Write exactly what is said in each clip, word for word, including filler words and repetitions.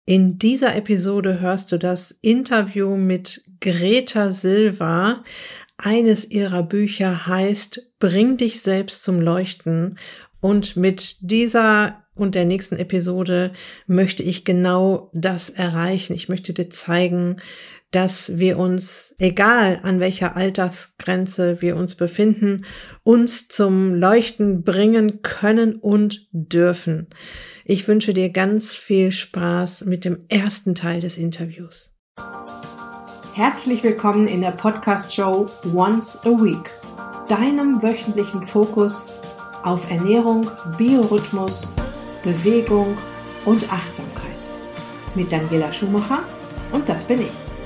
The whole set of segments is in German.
In dieser Episode hörst du das Interview mit Greta Silva. Eines ihrer Bücher heißt Bring dich selbst zum Leuchten. Und mit dieser und der nächsten Episode möchte ich genau das erreichen. Ich möchte dir zeigen, dass wir uns, egal an welcher Altersgrenze wir uns befinden, uns zum Leuchten bringen können und dürfen. Ich wünsche dir ganz viel Spaß mit dem ersten Teil des Interviews. Herzlich willkommen in der Podcast-Show Once a Week, deinem wöchentlichen Fokus auf Ernährung, Biorhythmus, Bewegung und Achtsamkeit. Mit Daniela Schumacher und das bin ich.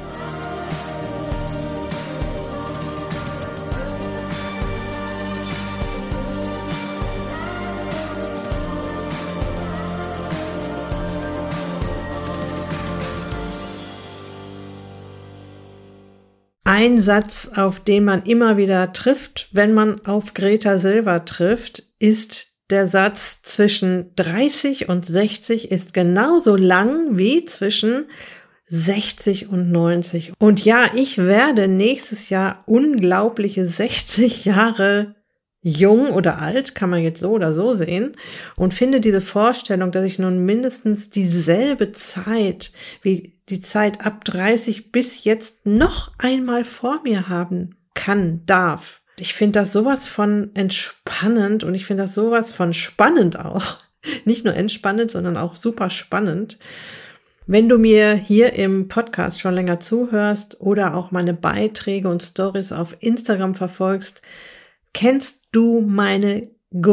Ein Satz, auf den man immer wieder trifft, wenn man auf Greta Silva trifft, ist der Satz: zwischen dreißig und sechzig ist genauso lang wie zwischen sechzig und neunzig. Und ja, ich werde nächstes Jahr unglaubliche sechzig Jahre jung oder alt, kann man jetzt so oder so sehen, und finde diese Vorstellung, dass ich nun mindestens dieselbe Zeit wie die Zeit ab dreißig bis jetzt noch einmal vor mir haben kann, darf. Ich finde das sowas von entspannend und ich finde das sowas von spannend auch. Nicht nur entspannend, sondern auch super spannend. Wenn du mir hier im Podcast schon länger zuhörst oder auch meine Beiträge und Stories auf Instagram verfolgst, kennst du meine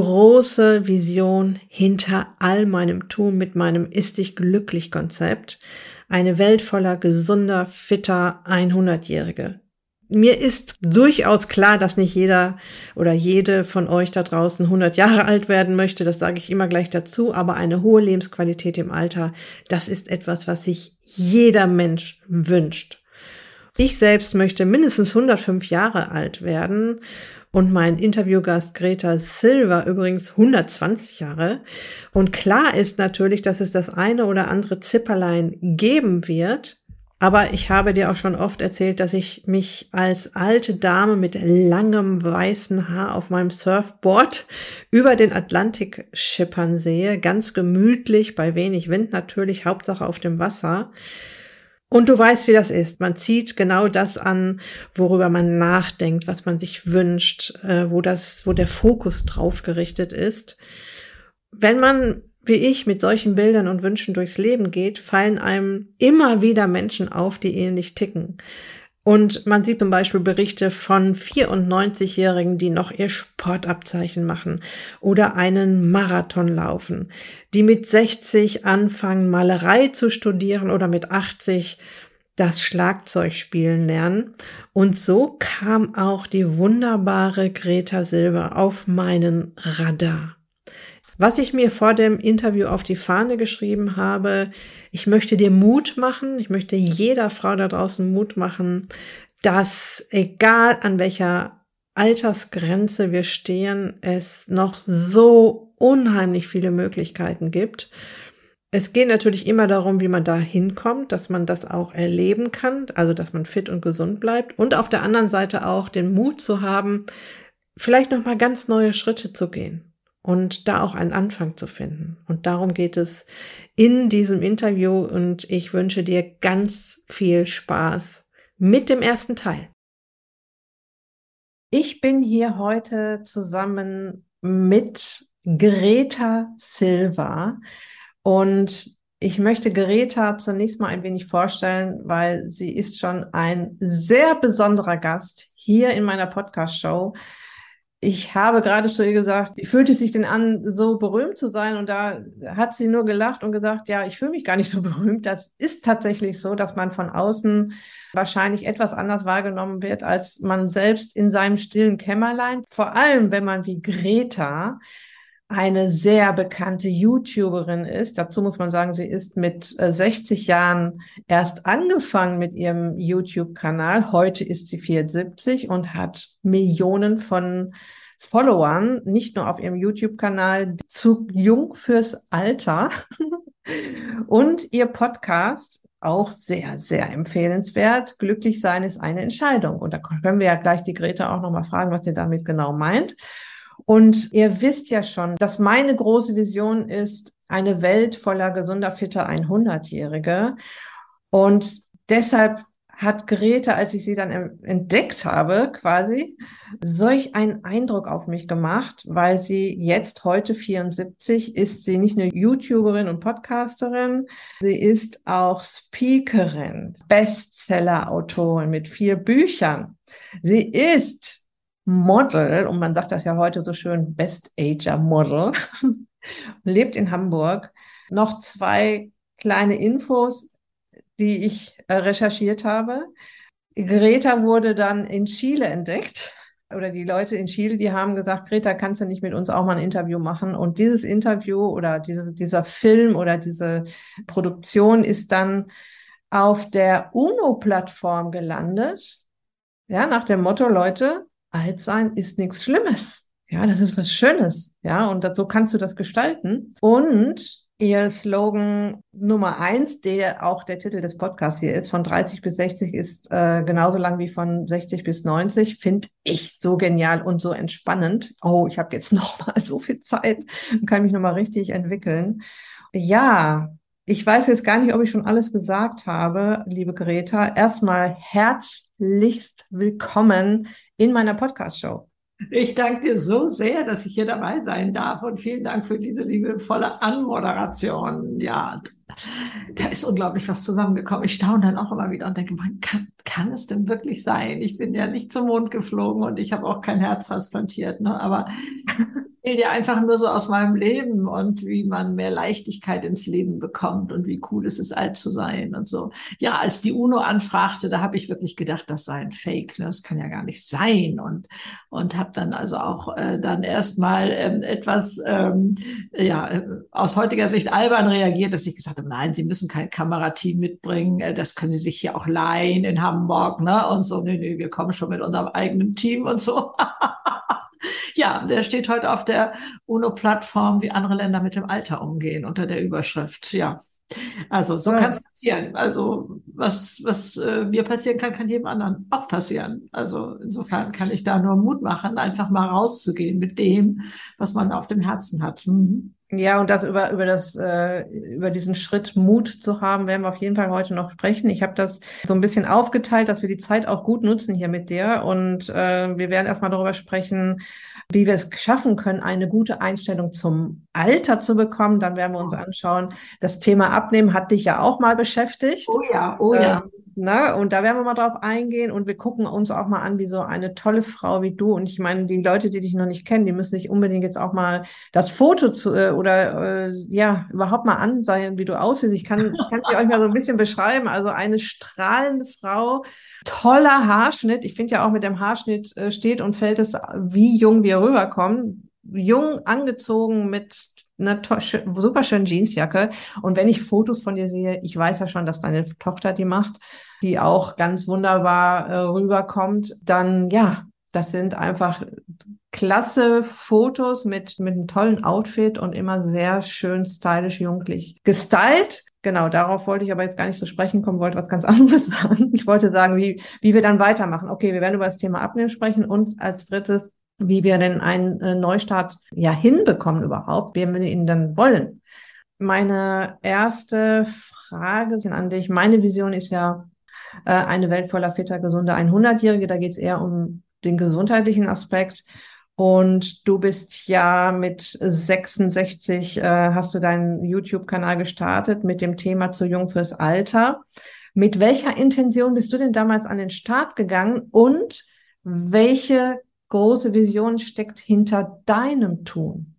große Vision hinter all meinem Tun mit meinem Ist dich glücklich Konzept. Eine Welt voller gesunder, fitter hundertjährige. Mir ist durchaus klar, dass nicht jeder oder jede von euch da draußen hundert Jahre alt werden möchte. Das sage ich immer gleich dazu. Aber eine hohe Lebensqualität im Alter, das ist etwas, was sich jeder Mensch wünscht. Ich selbst möchte mindestens hundertfünf Jahre alt werden. Und mein Interviewgast Greta Silva übrigens hundertzwanzig Jahre. Und klar ist natürlich, dass es das eine oder andere Zipperlein geben wird. Aber ich habe dir auch schon oft erzählt, dass ich mich als alte Dame mit langem weißen Haar auf meinem Surfboard über den Atlantik schippern sehe. Ganz gemütlich, bei wenig Wind natürlich, Hauptsache auf dem Wasser. Und du weißt, wie das ist. Man zieht genau das an, worüber man nachdenkt, was man sich wünscht, äh, wo das, wo der Fokus drauf gerichtet ist. Wenn man, wie ich, mit solchen Bildern und Wünschen durchs Leben geht, fallen einem immer wieder Menschen auf, die ähnlich ticken. Und man sieht zum Beispiel Berichte von vierundneunzigjährigen, die noch ihr Sportabzeichen machen oder einen Marathon laufen, die mit sechzig anfangen, Malerei zu studieren oder mit achtzig das Schlagzeugspielen lernen. Und so kam auch die wunderbare Greta Silva auf meinen Radar. Was ich mir vor dem Interview auf die Fahne geschrieben habe: Ich möchte dir Mut machen, ich möchte jeder Frau da draußen Mut machen, dass egal an welcher Altersgrenze wir stehen, es noch so unheimlich viele Möglichkeiten gibt. Es geht natürlich immer darum, wie man da hinkommt, dass man das auch erleben kann, also dass man fit und gesund bleibt, und auf der anderen Seite auch den Mut zu haben, vielleicht noch mal ganz neue Schritte zu gehen. Und da auch einen Anfang zu finden. Und darum geht es in diesem Interview. Und ich wünsche dir ganz viel Spaß mit dem ersten Teil. Ich bin hier heute zusammen mit Greta Silva. Und ich möchte Greta zunächst mal ein wenig vorstellen, weil sie ist schon ein sehr besonderer Gast hier in meiner Podcast-Show. Ich habe gerade zu ihr gesagt, wie fühlt es sich denn an, so berühmt zu sein? Und da hat sie nur gelacht und gesagt, ja, ich fühle mich gar nicht so berühmt. Das ist tatsächlich so, dass man von außen wahrscheinlich etwas anders wahrgenommen wird, als man selbst in seinem stillen Kämmerlein. Vor allem, wenn man wie Greta eine sehr bekannte YouTuberin ist. Dazu muss man sagen, sie ist mit äh, sechzig Jahren erst angefangen mit ihrem YouTube-Kanal. Heute ist sie vierundsiebzig und hat Millionen von Followern, nicht nur auf ihrem YouTube-Kanal. Zu jung fürs Alter. Und ihr Podcast, auch sehr, sehr empfehlenswert. Glücklich sein ist eine Entscheidung. Und da können wir ja gleich die Greta auch nochmal fragen, was ihr damit genau meint. Und ihr wisst ja schon, dass meine große Vision ist, eine Welt voller gesunder, fitter hundert-Jährige. Und deshalb hat Greta, als ich sie dann entdeckt habe, quasi, solch einen Eindruck auf mich gemacht, weil sie jetzt heute vierundsiebzig ist, sie nicht nur YouTuberin und Podcasterin, sie ist auch Speakerin, Bestseller-Autorin mit vier Büchern. Sie ist Model, und man sagt das ja heute so schön, Best-Ager-Model, lebt in Hamburg. Noch zwei kleine Infos, die ich äh, recherchiert habe. Greta wurde dann in Chile entdeckt. Oder die Leute in Chile, die haben gesagt, Greta, kannst du nicht mit uns auch mal ein Interview machen? Und dieses Interview oder diese, dieser Film oder diese Produktion ist dann auf der UNO-Plattform gelandet. Ja, nach dem Motto, Leute, alt sein ist nichts Schlimmes. Ja, das ist was Schönes. Ja, und das, so kannst du das gestalten. Und ihr Slogan Nummer eins, der auch der Titel des Podcasts hier ist, von dreißig bis sechzig, ist äh, genauso lang wie von sechzig bis neunzig, finde ich so genial und so entspannend. Oh, ich habe jetzt noch mal so viel Zeit und kann mich noch mal richtig entwickeln. Ja, ich weiß jetzt gar nicht, ob ich schon alles gesagt habe, liebe Greta. Erstmal herzlichst willkommen in meiner Podcast-Show. Ich danke dir so sehr, dass ich hier dabei sein darf und vielen Dank für diese liebevolle Anmoderation. Ja, da ist unglaublich was zusammengekommen. Ich staune dann auch immer wieder und denke, man kann, kann es denn wirklich sein? Ich bin ja nicht zum Mond geflogen und ich habe auch kein Herz transplantiert, ne? Aber ich will dir einfach nur so aus meinem Leben und wie man mehr Leichtigkeit ins Leben bekommt und wie cool es ist, alt zu sein und so. Ja, als die UNO anfragte, da habe ich wirklich gedacht, das sei ein Fake, ne? Das kann ja gar nicht sein und und habe dann also auch äh, dann erstmal ähm, etwas ähm, ja äh, aus heutiger Sicht albern reagiert, dass ich gesagt habe, nein, Sie müssen kein Kamerateam mitbringen, äh, das können Sie sich hier auch leihen in Hamburg, ne? Und so, nee, nee, wir kommen schon mit unserem eigenen Team und so. Ja, der steht heute auf der UNO-Plattform, wie andere Länder mit dem Alter umgehen, unter der Überschrift. Ja, also so kann es passieren. Also was was äh, mir passieren kann, kann jedem anderen auch passieren. Also insofern kann ich da nur Mut machen, einfach mal rauszugehen mit dem, was man auf dem Herzen hat. Mhm. Ja, und das über über das äh, über diesen Schritt Mut zu haben, werden wir auf jeden Fall heute noch sprechen. Ich habe das so ein bisschen aufgeteilt, dass wir die Zeit auch gut nutzen hier mit dir. Und äh, wir werden erstmal darüber sprechen, wie wir es schaffen können, eine gute Einstellung zum Alter zu bekommen. Dann werden wir uns anschauen, das Thema Abnehmen hat dich ja auch mal beschäftigt. Oh ja, oh ja. Ähm, Ne? Und da werden wir mal drauf eingehen und wir gucken uns auch mal an, wie so eine tolle Frau wie du, und ich meine, die Leute, die dich noch nicht kennen, die müssen nicht unbedingt jetzt auch mal das Foto zu, äh, oder äh, ja, überhaupt mal ansehen, wie du aussiehst. Ich kann, kann sie euch mal so ein bisschen beschreiben. Also eine strahlende Frau, toller Haarschnitt. Ich finde ja auch mit dem Haarschnitt äh, steht und fällt es, wie jung wir rüberkommen. Jung angezogen mit einer super schönen Jeansjacke. Und wenn ich Fotos von dir sehe, ich weiß ja schon, dass deine Tochter die macht, die auch ganz wunderbar äh, rüberkommt, dann ja, das sind einfach klasse Fotos mit, mit einem tollen Outfit und immer sehr schön stylisch jugendlich gestylt. Genau, darauf wollte ich aber jetzt gar nicht zu sprechen kommen, wollte was ganz anderes sagen. Ich wollte sagen, wie, wie wir dann weitermachen. Okay, wir werden über das Thema Abnehmen sprechen und als drittes, wie wir denn einen äh, Neustart ja hinbekommen überhaupt, wie wir ihn dann wollen. Meine erste Frage an dich, meine Vision ist ja äh, eine Welt voller fitter, gesunder hundert-Jährige, da geht es eher um den gesundheitlichen Aspekt. Und du bist ja mit sechsundsechzig, äh, hast du deinen YouTube-Kanal gestartet mit dem Thema zu jung fürs Alter. Mit welcher Intention bist du denn damals an den Start gegangen und welche große Vision steckt hinter deinem Tun?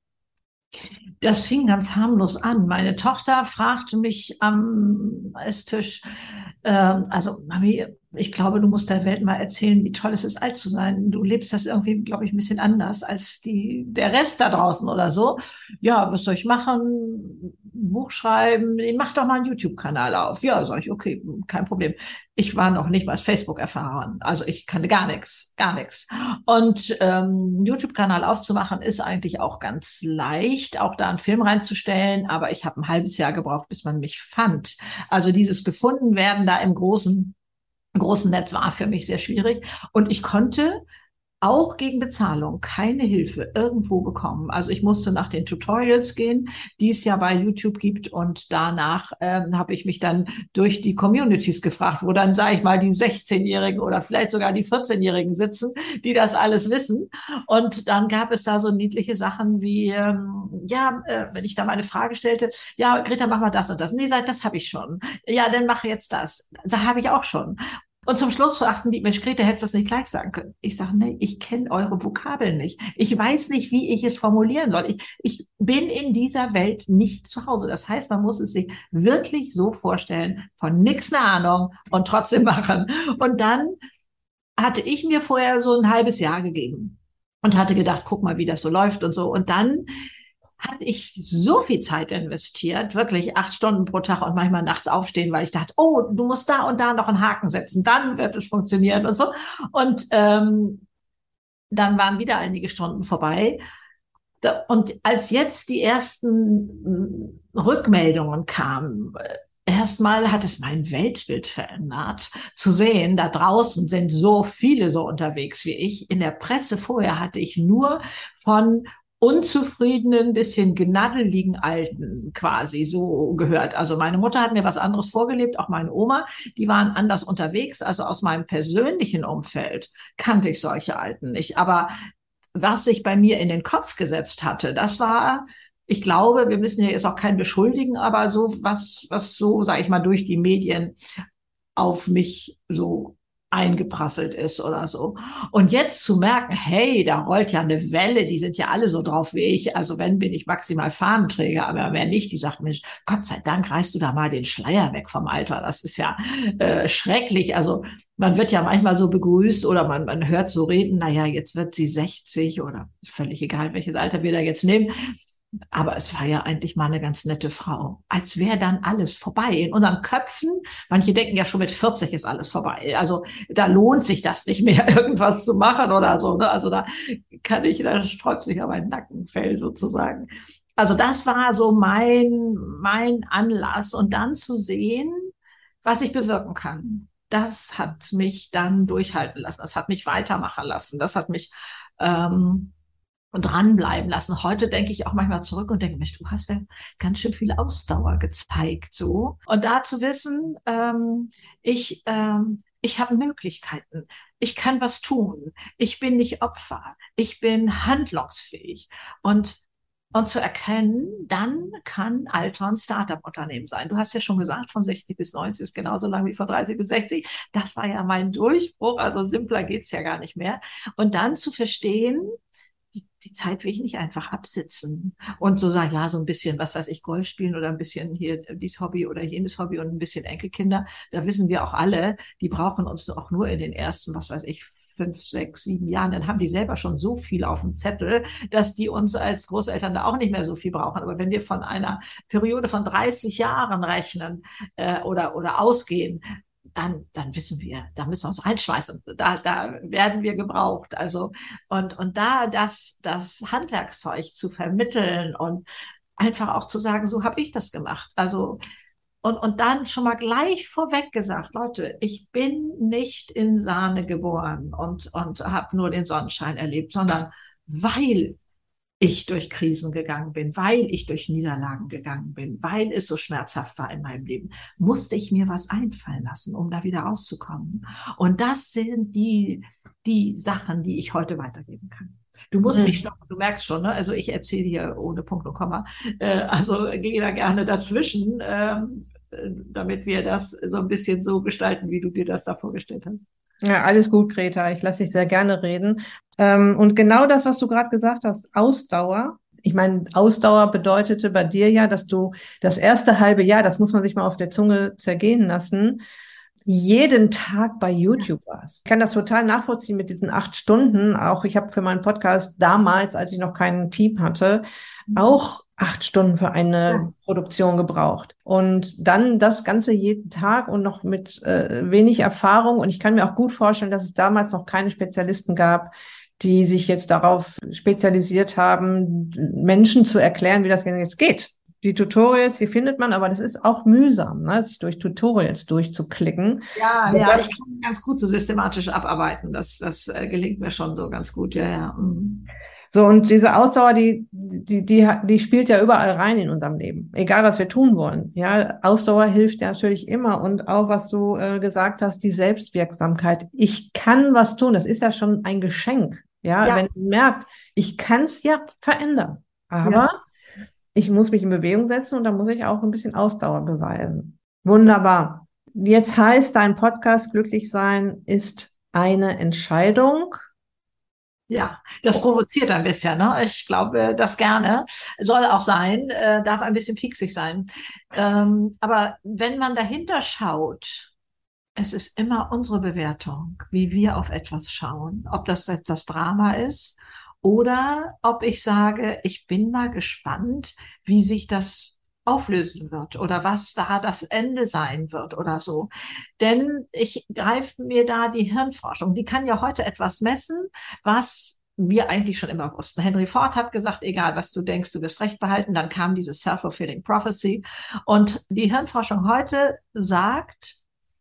Das fing ganz harmlos an. Meine Tochter fragte mich am Esstisch, äh, also Mami, ich glaube, du musst der Welt mal erzählen, wie toll es ist, alt zu sein. Du lebst das irgendwie, glaube ich, ein bisschen anders als die, der Rest da draußen oder so. Ja, was soll ich machen? ein Buch schreiben, mach doch mal einen YouTube-Kanal auf. Ja, sag ich, okay, kein Problem. Ich war noch nicht mal als Facebook erfahren. Also ich kannte gar nichts, gar nichts. Und ähm, YouTube-Kanal aufzumachen ist eigentlich auch ganz leicht, auch da einen Film reinzustellen. Aber ich habe ein halbes Jahr gebraucht, bis man mich fand. Also dieses gefunden werden da im großen, großen Netz war für mich sehr schwierig. Und ich konnte auch gegen Bezahlung keine Hilfe irgendwo bekommen. Also ich musste nach den Tutorials gehen, die es ja bei YouTube gibt, und danach ähm, habe ich mich dann durch die Communities gefragt, wo dann, sage ich mal, die sechzehnjährigen oder vielleicht sogar die vierzehnjährigen sitzen, die das alles wissen. Und dann gab es da so niedliche Sachen wie, ähm, ja, äh, wenn ich da mal eine Frage stellte, ja, Greta, mach mal das und das. Nee, sag, das habe ich schon. Ja, dann mache jetzt das. Das habe ich auch schon. Und zum Schluss fragten die, Mensch, Grete, hättest du das nicht gleich sagen können? Ich sage, nee, ich kenne eure Vokabeln nicht. Ich weiß nicht, wie ich es formulieren soll. Ich, ich bin in dieser Welt nicht zu Hause. Das heißt, man muss es sich wirklich so vorstellen, von nix eine Ahnung und trotzdem machen. Und dann hatte ich mir vorher so ein halbes Jahr gegeben und hatte gedacht, guck mal, wie das so läuft und so. Und dann hatte ich so viel Zeit investiert, wirklich acht Stunden pro Tag und manchmal nachts aufstehen, weil ich dachte, oh, du musst da und da noch einen Haken setzen, dann wird es funktionieren und so. Und ähm, dann waren wieder einige Stunden vorbei. Und als jetzt die ersten Rückmeldungen kamen, erstmal hat es mein Weltbild verändert, zu sehen, da draußen sind so viele so unterwegs wie ich. In der Presse vorher hatte ich nur von unzufriedenen, bisschen gnaddeligen Alten quasi so gehört. Also meine Mutter hat mir was anderes vorgelebt, auch meine Oma, die waren anders unterwegs. Also aus meinem persönlichen Umfeld kannte ich solche Alten nicht. Aber was sich bei mir in den Kopf gesetzt hatte, das war, ich glaube, wir müssen ja jetzt auch keinen beschuldigen, aber so was, was so, sage ich mal, durch die Medien auf mich so eingeprasselt ist oder so. Und jetzt zu merken, hey, da rollt ja eine Welle, die sind ja alle so drauf wie ich. Also wenn, bin ich maximal Fahnenträger, aber wer nicht, die sagt, Mensch, Gott sei Dank reißt du da mal den Schleier weg vom Alter. Das ist ja äh, schrecklich. Also man wird ja manchmal so begrüßt oder man, man hört so reden, naja, jetzt wird sie sechzig oder völlig egal, welches Alter wir da jetzt nehmen. Aber es war ja eigentlich mal eine ganz nette Frau. Als wäre dann alles vorbei. In unseren Köpfen, manche denken ja schon mit vierzig ist alles vorbei. Also da lohnt sich das nicht mehr, irgendwas zu machen oder so. Ne? Also da kann ich, da sträubt sich aber ein Nackenfell sozusagen. Also das war so mein, mein Anlass. Und dann zu sehen, was ich bewirken kann. Das hat mich dann durchhalten lassen. Das hat mich weitermachen lassen. Das hat mich ähm, und dranbleiben lassen. Heute denke ich auch manchmal zurück und denke, Mensch, du hast ja ganz schön viel Ausdauer gezeigt, so. Und da zu wissen, ähm, ich, ähm, ich habe Möglichkeiten. Ich kann was tun. Ich bin nicht Opfer. Ich bin handlungsfähig. Und Und zu erkennen, dann kann Alter ein Start-up-Unternehmen sein. Du hast ja schon gesagt, von sechzig bis neunzig ist genauso lang wie von dreißig bis sechzig. Das war ja mein Durchbruch. Also simpler geht's ja gar nicht mehr. Und dann zu verstehen, die, die Zeit will ich nicht einfach absitzen und so sagen, ja, so ein bisschen, was weiß ich, Golf spielen oder ein bisschen hier dieses Hobby oder jenes Hobby und ein bisschen Enkelkinder. Da wissen wir auch alle, die brauchen uns auch nur in den ersten, was weiß ich, fünf, sechs, sieben Jahren, dann haben die selber schon so viel auf dem Zettel, dass die uns als Großeltern da auch nicht mehr so viel brauchen. Aber wenn wir von einer Periode von dreißig Jahren rechnen äh, oder, oder ausgehen, dann, dann wissen wir, da müssen wir uns reinschmeißen. Da, da werden wir gebraucht. Also, und, und da das, das Handwerkszeug zu vermitteln und einfach auch zu sagen, so habe ich das gemacht. Also, und, und dann schon mal gleich vorweg gesagt, Leute, ich bin nicht in Sahne geboren und, und habe nur den Sonnenschein erlebt, sondern weil ich durch Krisen gegangen bin, weil ich durch Niederlagen gegangen bin, weil es so schmerzhaft war in meinem Leben, musste ich mir was einfallen lassen, um da wieder rauszukommen. Und das sind die, die Sachen, die ich heute weitergeben kann. Du musst mhm. mich stoppen, du merkst schon, ne? Also ich erzähle hier ohne Punkt und Komma. Äh, also gehe da gerne dazwischen, ähm, damit wir das so ein bisschen so gestalten, wie du dir das da vorgestellt hast. Ja, alles gut, Greta. Ich lasse dich sehr gerne reden. Ähm, und genau das, was du gerade gesagt hast, Ausdauer. Ich meine, Ausdauer bedeutete bei dir ja, dass du das erste halbe Jahr, das muss man sich mal auf der Zunge zergehen lassen, jeden Tag bei YouTube warst. Ich kann das total nachvollziehen mit diesen acht Stunden. Auch ich habe für meinen Podcast damals, als ich noch kein Team hatte, auch acht Stunden für eine Ja. Produktion gebraucht. Und dann das Ganze jeden Tag und noch mit äh, wenig Erfahrung. Und ich kann mir auch gut vorstellen, dass es damals noch keine Spezialisten gab, die sich jetzt darauf spezialisiert haben, Menschen zu erklären, wie das jetzt geht. Die Tutorials, die findet man, aber das ist auch mühsam, ne, sich durch Tutorials durchzuklicken. Ja, Und ja, das, ich kann ganz gut so systematisch abarbeiten. Das, das äh, gelingt mir schon so ganz gut. Ja, ja. Mhm. so, und diese Ausdauer, die, die, die, die spielt ja überall rein in unserem Leben. Egal, was wir tun wollen. Ja, Ausdauer hilft ja natürlich immer. Und auch, was du äh, gesagt hast, die Selbstwirksamkeit. Ich kann was tun. Das ist ja schon ein Geschenk. Ja, wenn Ja, man merkt, ich kann es ja verändern. Aber ja. ich muss mich in Bewegung setzen und da muss ich auch ein bisschen Ausdauer beweisen. Wunderbar. Jetzt heißt dein Podcast Glücklich sein ist eine Entscheidung. Ja, das provoziert ein bisschen, ne? Ich glaube, das gerne. Soll auch sein, äh, darf ein bisschen pieksig sein. Ähm, aber wenn man dahinter schaut, es ist immer unsere Bewertung, wie wir auf etwas schauen. Ob das jetzt das Drama ist oder ob ich sage, ich bin mal gespannt, wie sich das auflösen wird oder was da das Ende sein wird oder so. Denn ich greife mir da die Hirnforschung. Die kann ja heute etwas messen, was wir eigentlich schon immer wussten. Henry Ford hat gesagt, egal was du denkst, du wirst Recht behalten. Dann kam diese Self-Fulfilling Prophecy. Und die Hirnforschung heute sagt,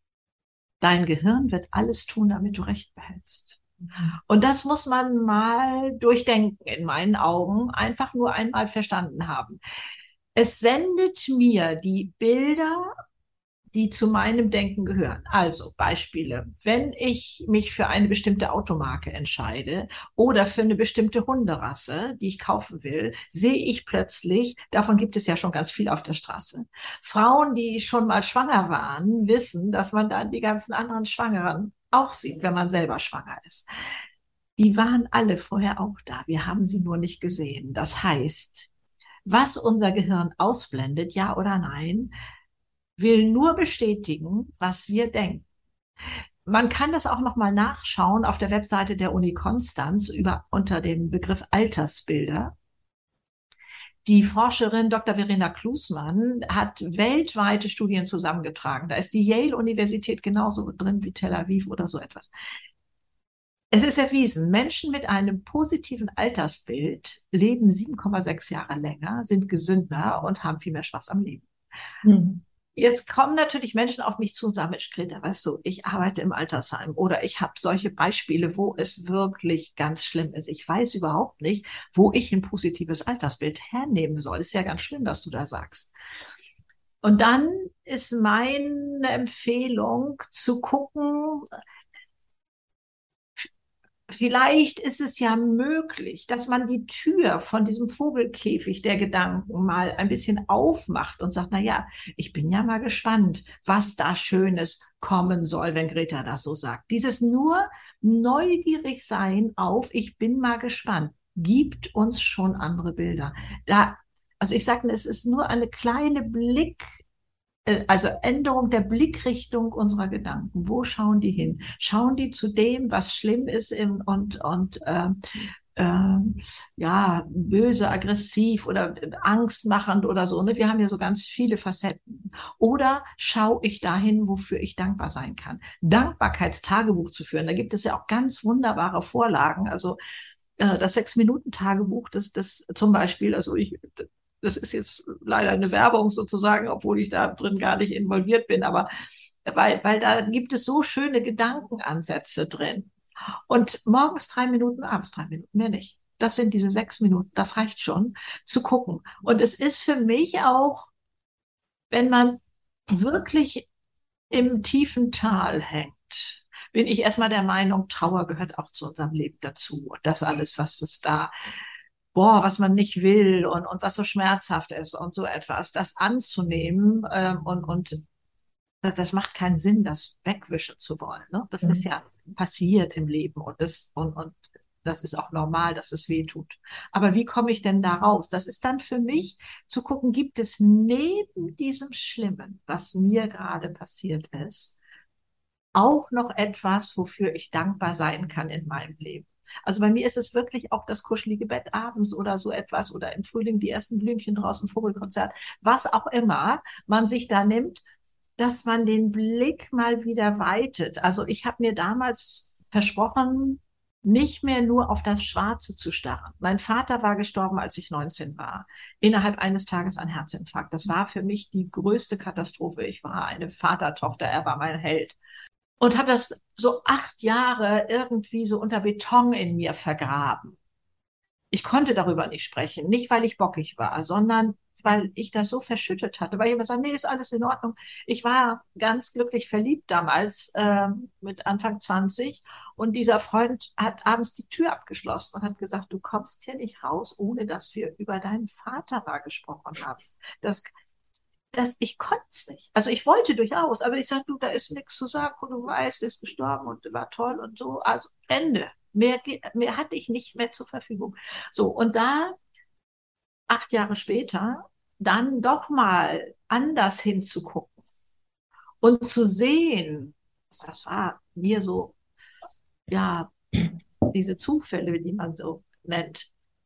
dein Gehirn wird alles tun, damit du Recht behältst. Und das muss man mal durchdenken, in meinen Augen, einfach nur einmal verstanden haben. Es sendet mir die Bilder, die zu meinem Denken gehören. Also Beispiele. Wenn ich mich für eine bestimmte Automarke entscheide oder für eine bestimmte Hunderasse, die ich kaufen will, sehe ich plötzlich, davon gibt es ja schon ganz viel auf der Straße. Frauen, die schon mal schwanger waren, wissen, dass man dann die ganzen anderen Schwangeren auch sieht, wenn man selber schwanger ist. Die waren alle vorher auch da. Wir haben sie nur nicht gesehen. Das heißt, was unser Gehirn ausblendet, ja oder nein, will nur bestätigen, was wir denken. Man kann das auch noch mal nachschauen auf der Webseite der Uni Konstanz über, unter dem Begriff Altersbilder. Die Forscherin Doktor Verena Klusmann hat weltweite Studien zusammengetragen. Da ist die Yale-Universität genauso drin wie Tel Aviv oder so etwas. Es ist erwiesen, Menschen mit einem positiven Altersbild leben sieben Komma sechs Jahre länger, sind gesünder und haben viel mehr Spaß am Leben. Mhm. Jetzt kommen natürlich Menschen auf mich zu und sagen, Mensch, Greta, weißt du, ich arbeite im Altersheim oder ich habe solche Beispiele, wo es wirklich ganz schlimm ist. Ich weiß überhaupt nicht, wo ich ein positives Altersbild hernehmen soll. Ist ja ganz schlimm, was du da sagst. Und dann ist meine Empfehlung zu gucken, vielleicht ist es ja möglich, dass man die Tür von diesem Vogelkäfig der Gedanken mal ein bisschen aufmacht und sagt, na ja, ich bin ja mal gespannt, was da Schönes kommen soll, wenn Greta das so sagt. Dieses nur neugierig sein auf, ich bin mal gespannt, gibt uns schon andere Bilder. Da, also ich sage, es ist nur eine kleine Blick, also Änderung der Blickrichtung unserer Gedanken. Wo schauen die hin? Schauen die zu dem, was schlimm ist im, und, und äh, äh, ja, böse, aggressiv oder angstmachend oder so. Ne? Wir haben ja so ganz viele Facetten. Oder schaue ich dahin, wofür ich dankbar sein kann? Dankbarkeitstagebuch zu führen, da gibt es ja auch ganz wunderbare Vorlagen. Also äh, das Sechs-Minuten-Tagebuch, das, das zum Beispiel, also ich das ist jetzt leider eine Werbung sozusagen, obwohl ich da drin gar nicht involviert bin, aber weil, weil da gibt es so schöne Gedankenansätze drin. Und morgens drei Minuten, abends drei Minuten, mehr nicht. Das sind diese sechs Minuten, das reicht schon zu gucken. Und es ist für mich auch, wenn man wirklich im tiefen Tal hängt, bin ich erstmal der Meinung, Trauer gehört auch zu unserem Leben dazu. Und das alles, was, was da boah, was man nicht will und, und was so schmerzhaft ist und so etwas, das anzunehmen ähm, und, und das, das macht keinen Sinn, das wegwischen zu wollen. Ne? Das ist ja passiert im Leben und das, und, und das ist auch normal, dass es weh tut. Aber wie komme ich denn da raus? Das ist dann für mich zu gucken, gibt es neben diesem Schlimmen, was mir gerade passiert ist, auch noch etwas, wofür ich dankbar sein kann in meinem Leben. Also bei mir ist es wirklich auch das kuschelige Bett abends oder so etwas oder im Frühling die ersten Blümchen draußen, Vogelkonzert, was auch immer man sich da nimmt, dass man den Blick mal wieder weitet. Also ich habe mir damals versprochen, nicht mehr nur auf das Schwarze zu starren. Mein Vater war gestorben, als ich neunzehn war, innerhalb eines Tages an Herzinfarkt. Das war für mich die größte Katastrophe. Ich war eine Vatertochter, er war mein Held. Und habe das so acht Jahre irgendwie so unter Beton in mir vergraben. Ich konnte darüber nicht sprechen, nicht weil ich bockig war, sondern weil ich das so verschüttet hatte, weil ich immer sagte, nee, ist alles in Ordnung. Ich war ganz glücklich verliebt damals, äh, mit Anfang zwanzig, und dieser Freund hat abends die Tür abgeschlossen und hat gesagt, du kommst hier nicht raus, ohne dass wir über deinen Vater mal gesprochen haben. Das, das, ich konnte es nicht. Also ich wollte durchaus, aber ich sagte, du, da ist nichts zu sagen, und du weißt, er ist gestorben und war toll und so, also Ende. Mehr, mehr hatte ich nicht mehr zur Verfügung. So, und da, acht Jahre später, dann doch mal anders hinzugucken und zu sehen, das war mir so, ja, diese Zufälle, die man so nennt.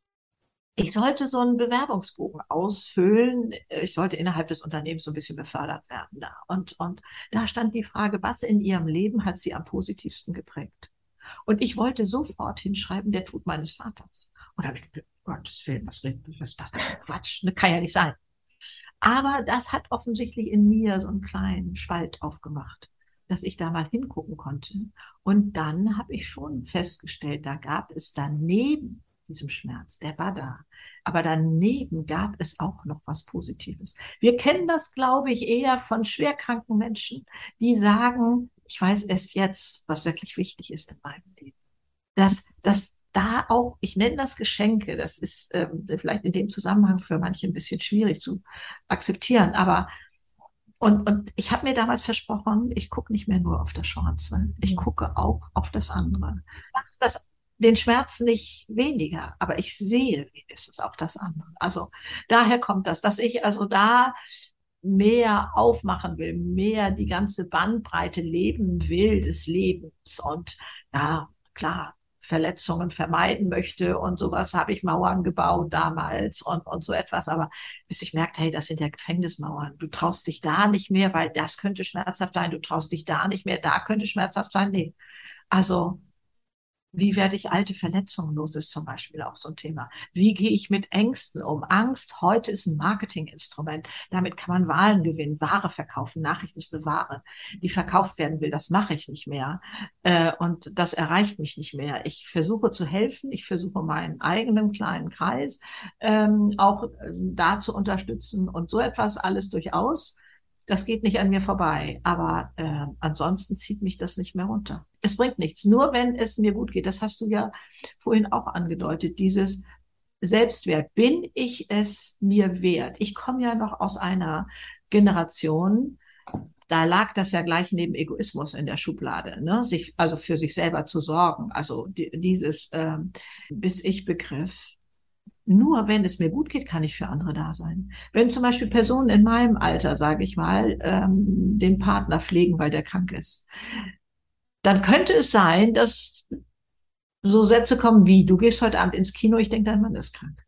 Ich sollte so einen Bewerbungsbogen ausfüllen. Ich sollte innerhalb des Unternehmens so ein bisschen befördert werden da. Und, und da stand die Frage, was in Ihrem Leben hat Sie am positivsten geprägt? Und ich wollte sofort hinschreiben, der Tod meines Vaters. Und da habe ich gedacht, Gottes Willen, was, was ist das denn für Quatsch? Das kann ja nicht sein. Aber das hat offensichtlich in mir so einen kleinen Spalt aufgemacht, dass ich da mal hingucken konnte. Und dann habe ich schon festgestellt, da gab es daneben diesem Schmerz, der war da. Aber daneben gab es auch noch was Positives. Wir kennen das, glaube ich, eher von schwerkranken Menschen, die sagen, ich weiß erst jetzt, was wirklich wichtig ist in meinem Leben. Dass, dass da auch, ich nenne das Geschenke, das ist ähm, vielleicht in dem Zusammenhang für manche ein bisschen schwierig zu akzeptieren, aber und, und ich habe mir damals versprochen, ich gucke nicht mehr nur auf das Schwarze, ich gucke auch auf das andere. Das den Schmerz nicht weniger, aber ich sehe, wie ist es auch das andere. Also daher kommt das, dass ich also da mehr aufmachen will, mehr die ganze Bandbreite leben will des Lebens und ja, klar, Verletzungen vermeiden möchte und sowas, habe ich Mauern gebaut damals und, und so etwas, aber bis ich merkte, hey, das sind ja Gefängnismauern, du traust dich da nicht mehr, weil das könnte schmerzhaft sein, du traust dich da nicht mehr, da könnte schmerzhaft sein, nee. Also wie werde ich alte Verletzungen los, ist zum Beispiel auch so ein Thema. Wie gehe ich mit Ängsten um? Angst heute ist ein Marketinginstrument. Damit kann man Wahlen gewinnen, Ware verkaufen. Nachricht ist eine Ware, die verkauft werden will. Das mache ich nicht mehr. Äh, und das erreicht mich nicht mehr. Ich versuche zu helfen. Ich versuche meinen eigenen kleinen Kreis ähm, auch äh, da zu unterstützen und so etwas alles durchaus. Das geht nicht an mir vorbei, aber äh, ansonsten zieht mich das nicht mehr runter. Es bringt nichts, nur wenn es mir gut geht. Das hast du ja vorhin auch angedeutet, dieses Selbstwert. Bin ich es mir wert? Ich komme ja noch aus einer Generation, da lag das ja gleich neben Egoismus in der Schublade, ne? Sich, also für sich selber zu sorgen. Also die, dieses äh, Bis-Ich-Begriff. Nur wenn es mir gut geht, kann ich für andere da sein. Wenn zum Beispiel Personen in meinem Alter, sage ich mal, ähm, den Partner pflegen, weil der krank ist, dann könnte es sein, dass so Sätze kommen wie, du gehst heute Abend ins Kino, ich denke, dein Mann ist krank.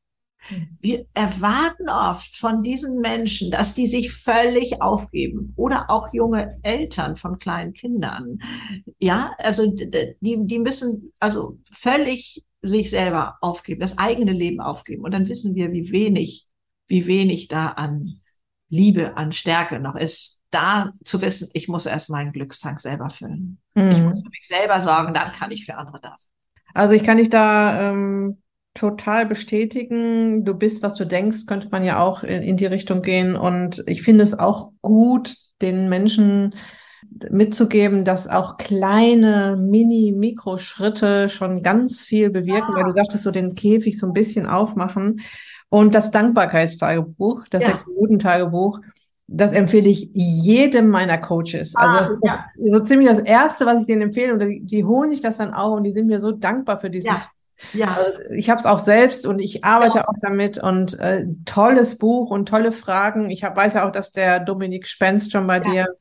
Wir erwarten oft von diesen Menschen, dass die sich völlig aufgeben oder auch junge Eltern von kleinen Kindern. Ja, also die, die müssen also völlig sich selber aufgeben, das eigene Leben aufgeben. Und dann wissen wir, wie wenig, wie wenig da an Liebe, an Stärke noch ist. Da zu wissen, ich muss erst meinen Glückstank selber füllen. Mhm. Ich muss für mich selber sorgen, dann kann ich für andere da sein. Also ich kann dich da ähm, total bestätigen. Du bist, was du denkst, könnte man ja auch in, in die Richtung gehen. Und ich finde es auch gut, den Menschen mitzugeben, dass auch kleine Mini-Mikroschritte schon ganz viel bewirken, ja. Weil du sagtest, so den Käfig so ein bisschen aufmachen. Und das Dankbarkeitstagebuch, das ja. Sechs-Minuten-Tagebuch, das empfehle ich jedem meiner Coaches. Ah, also ja. so ziemlich das Erste, was ich denen empfehle. Und die, die holen sich das dann auch und die sind mir so dankbar für diesen. Ja. Ja. Also ich habe es auch selbst und ich arbeite ja. auch damit und äh, tolles Buch und tolle Fragen. Ich hab, weiß ja auch, dass der Dominik Spenst schon bei ja. dir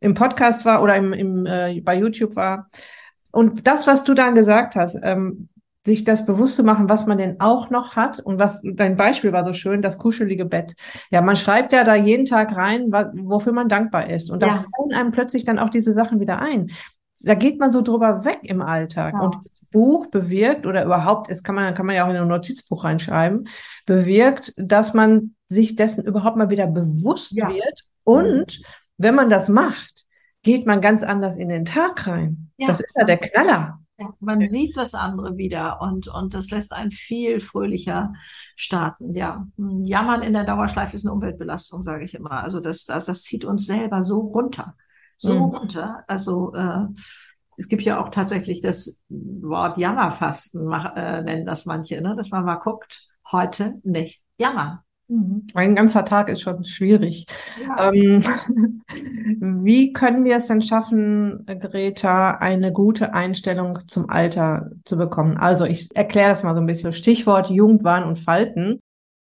im Podcast war oder im, im, äh, bei YouTube war. Und das, was du dann gesagt hast, ähm, sich das bewusst zu machen, was man denn auch noch hat und was, dein Beispiel war so schön, das kuschelige Bett. Ja, man schreibt ja da jeden Tag rein, was, wofür man dankbar ist. Und da Ja. fallen einem plötzlich dann auch diese Sachen wieder ein. Da geht man so drüber weg im Alltag. Ja. Und das Buch bewirkt, oder überhaupt, es kann man, kann man ja auch in ein Notizbuch reinschreiben, bewirkt, dass man sich dessen überhaupt mal wieder bewusst Ja. wird. Und wenn man das macht, geht man ganz anders in den Tag rein. Ja. Das ist ja der Knaller. Ja, man sieht das andere wieder und, und das lässt einen viel fröhlicher starten. Ja, Jammern in der Dauerschleife ist eine Umweltbelastung, sage ich immer. Also das, das, das zieht uns selber so runter, so Mhm. runter. Also äh, es gibt ja auch tatsächlich das Wort Jammerfasten, mach, äh, nennen das manche, ne? Dass man mal guckt, heute nicht jammern. Ein ganzer Tag ist schon schwierig. Ja. Ähm, wie können wir es denn schaffen, Greta, eine gute Einstellung zum Alter zu bekommen? Also ich erkläre das mal so ein bisschen. Stichwort Jugendwahn und Falten.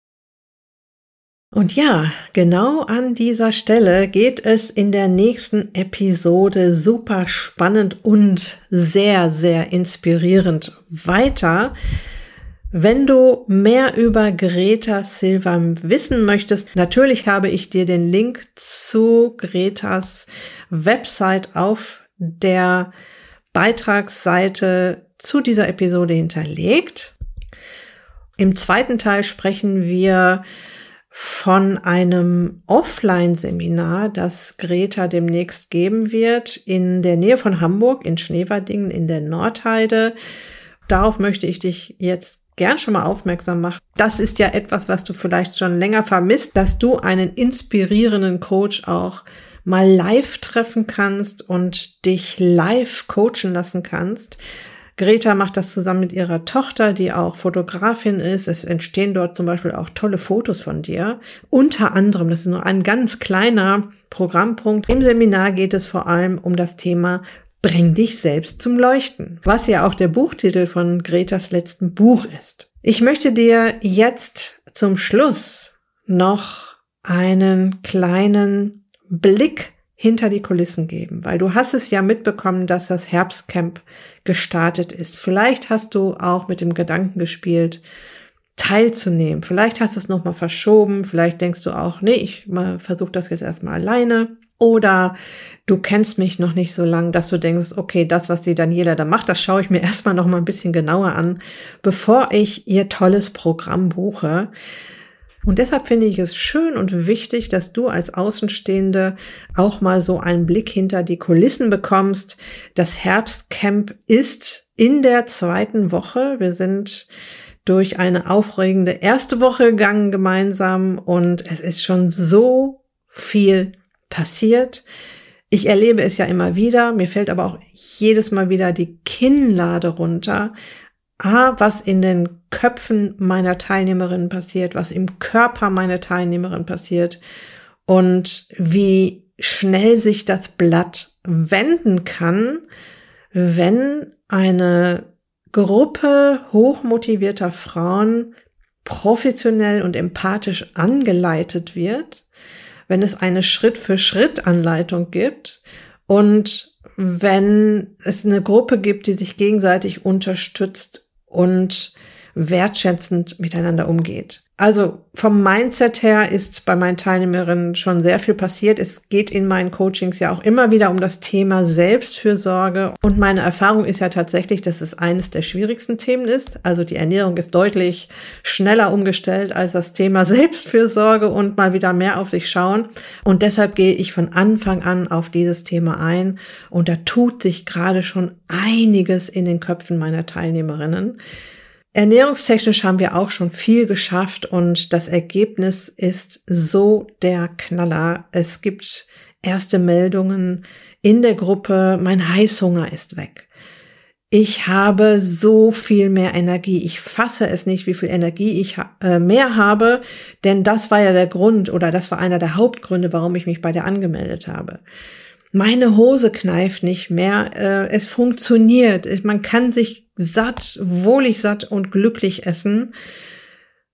Und ja, genau an dieser Stelle geht es in der nächsten Episode super spannend und sehr, sehr inspirierend weiter. Wenn du mehr über Greta Silva wissen möchtest, natürlich habe ich dir den Link zu Gretas Website auf der Beitragsseite zu dieser Episode hinterlegt. Im zweiten Teil sprechen wir von einem Offline-Seminar, das Greta demnächst geben wird, in der Nähe von Hamburg, in Schneverdingen, in der Nordheide. Darauf möchte ich dich jetzt gern schon mal aufmerksam machen. Das ist ja etwas, was du vielleicht schon länger vermisst, dass du einen inspirierenden Coach auch mal live treffen kannst und dich live coachen lassen kannst. Greta macht das zusammen mit ihrer Tochter, die auch Fotografin ist. Es entstehen dort zum Beispiel auch tolle Fotos von dir. Unter anderem, das ist nur ein ganz kleiner Programmpunkt. Im Seminar geht es vor allem um das Thema Bring dich selbst zum Leuchten, was ja auch der Buchtitel von Gretas letzten Buch ist. Ich möchte dir jetzt zum Schluss noch einen kleinen Blick hinter die Kulissen geben, weil du hast es ja mitbekommen, dass das Herbstcamp gestartet ist. Vielleicht hast du auch mit dem Gedanken gespielt, teilzunehmen. Vielleicht hast du es nochmal verschoben. Vielleicht denkst du auch, nee, ich versuche das jetzt erstmal alleine. Oder du kennst mich noch nicht so lang, dass du denkst, okay, das, was die Daniela da macht, das schaue ich mir erstmal noch mal ein bisschen genauer an, bevor ich ihr tolles Programm buche. Und deshalb finde ich es schön und wichtig, dass du als Außenstehende auch mal so einen Blick hinter die Kulissen bekommst. Das Herbstcamp ist in der zweiten Woche. Wir sind durch eine aufregende erste Woche gegangen gemeinsam und es ist schon so viel passiert. Ich erlebe es ja immer wieder. Mir fällt aber auch jedes Mal wieder die Kinnlade runter. A, was in den Köpfen meiner Teilnehmerinnen passiert, was im Körper meiner Teilnehmerin passiert und wie schnell sich das Blatt wenden kann, wenn eine Gruppe hochmotivierter Frauen professionell und empathisch angeleitet wird, wenn es eine Schritt-für-Schritt-Anleitung gibt und wenn es eine Gruppe gibt, die sich gegenseitig unterstützt und wertschätzend miteinander umgeht. Also vom Mindset her ist bei meinen Teilnehmerinnen schon sehr viel passiert. Es geht in meinen Coachings ja auch immer wieder um das Thema Selbstfürsorge. Und meine Erfahrung ist ja tatsächlich, dass es eines der schwierigsten Themen ist. Also die Ernährung ist deutlich schneller umgestellt als das Thema Selbstfürsorge und mal wieder mehr auf sich schauen. Und deshalb gehe ich von Anfang an auf dieses Thema ein. Und da tut sich gerade schon einiges in den Köpfen meiner Teilnehmerinnen. Ernährungstechnisch haben wir auch schon viel geschafft und das Ergebnis ist so der Knaller. Es gibt erste Meldungen in der Gruppe, mein Heißhunger ist weg. Ich habe so viel mehr Energie. Ich fasse es nicht, wie viel Energie ich äh, mehr habe, denn das war ja der Grund oder das war einer der Hauptgründe, warum ich mich bei der angemeldet habe. Meine Hose kneift nicht mehr, äh, es funktioniert, man kann sich satt, wohlig satt und glücklich essen.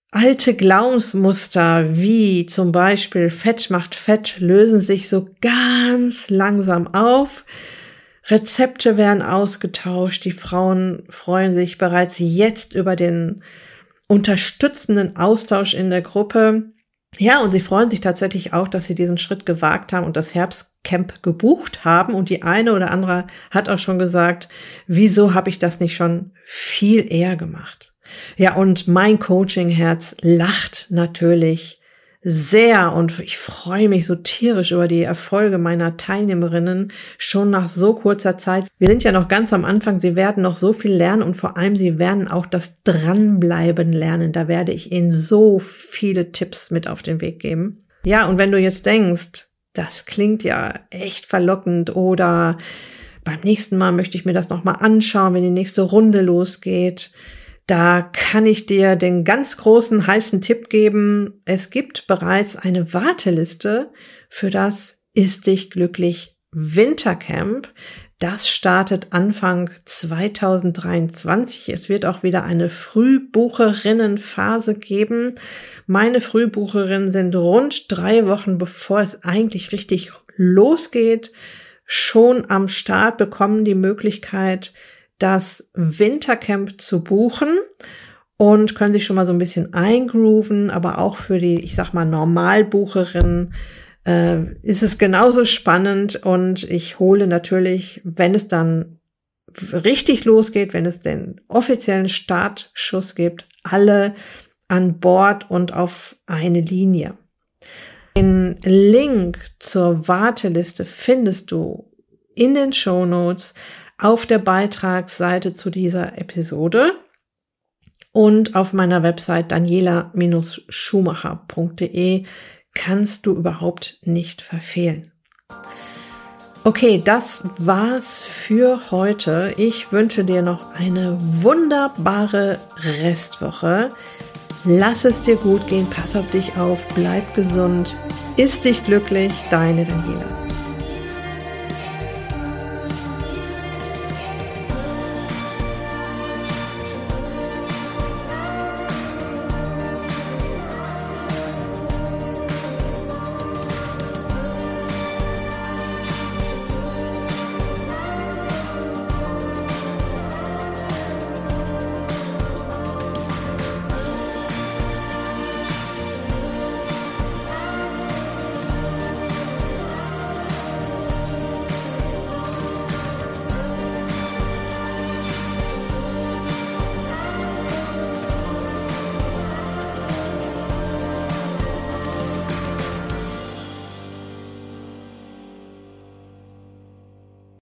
Alte Glaubensmuster wie zum Beispiel Fett macht Fett lösen sich so ganz langsam auf. Rezepte werden ausgetauscht. Die Frauen freuen sich bereits jetzt über den unterstützenden Austausch in der Gruppe. Ja, und sie freuen sich tatsächlich auch, dass sie diesen Schritt gewagt haben und das Herbstcamp gebucht haben. Und die eine oder andere hat auch schon gesagt, wieso habe ich das nicht schon viel eher gemacht? Ja, und mein Coaching-Herz lacht natürlich sehr und ich freue mich so tierisch über die Erfolge meiner Teilnehmerinnen schon nach so kurzer Zeit. Wir sind ja noch ganz am Anfang, sie werden noch so viel lernen und vor allem sie werden auch das Dranbleiben lernen. Da werde ich ihnen so viele Tipps mit auf den Weg geben. Ja, und wenn du jetzt denkst, das klingt ja echt verlockend oder beim nächsten Mal möchte ich mir das nochmal anschauen, wenn die nächste Runde losgeht, da kann ich dir den ganz großen heißen Tipp geben. Es gibt bereits eine Warteliste für das Ist dich glücklich Wintercamp. Das startet Anfang zweitausenddreiundzwanzig. Es wird auch wieder eine Frühbucherinnenphase geben. Meine Frühbucherinnen sind rund drei Wochen, bevor es eigentlich richtig losgeht, schon am Start, bekommen die Möglichkeit, das Wintercamp zu buchen und können sich schon mal so ein bisschen eingrooven, aber auch für die, ich sag mal, Normalbucherinnen äh, ist es genauso spannend und ich hole natürlich, wenn es dann richtig losgeht, wenn es den offiziellen Startschuss gibt, alle an Bord und auf eine Linie. Den Link zur Warteliste findest du in den Shownotes auf der Beitragsseite zu dieser Episode und auf meiner Website daniela Bindestrich schumacher Punkt de kannst du überhaupt nicht verfehlen. Okay, das war's für heute. Ich wünsche dir noch eine wunderbare Restwoche. Lass es dir gut gehen, pass auf dich auf, bleib gesund, iss dich glücklich, deine Daniela.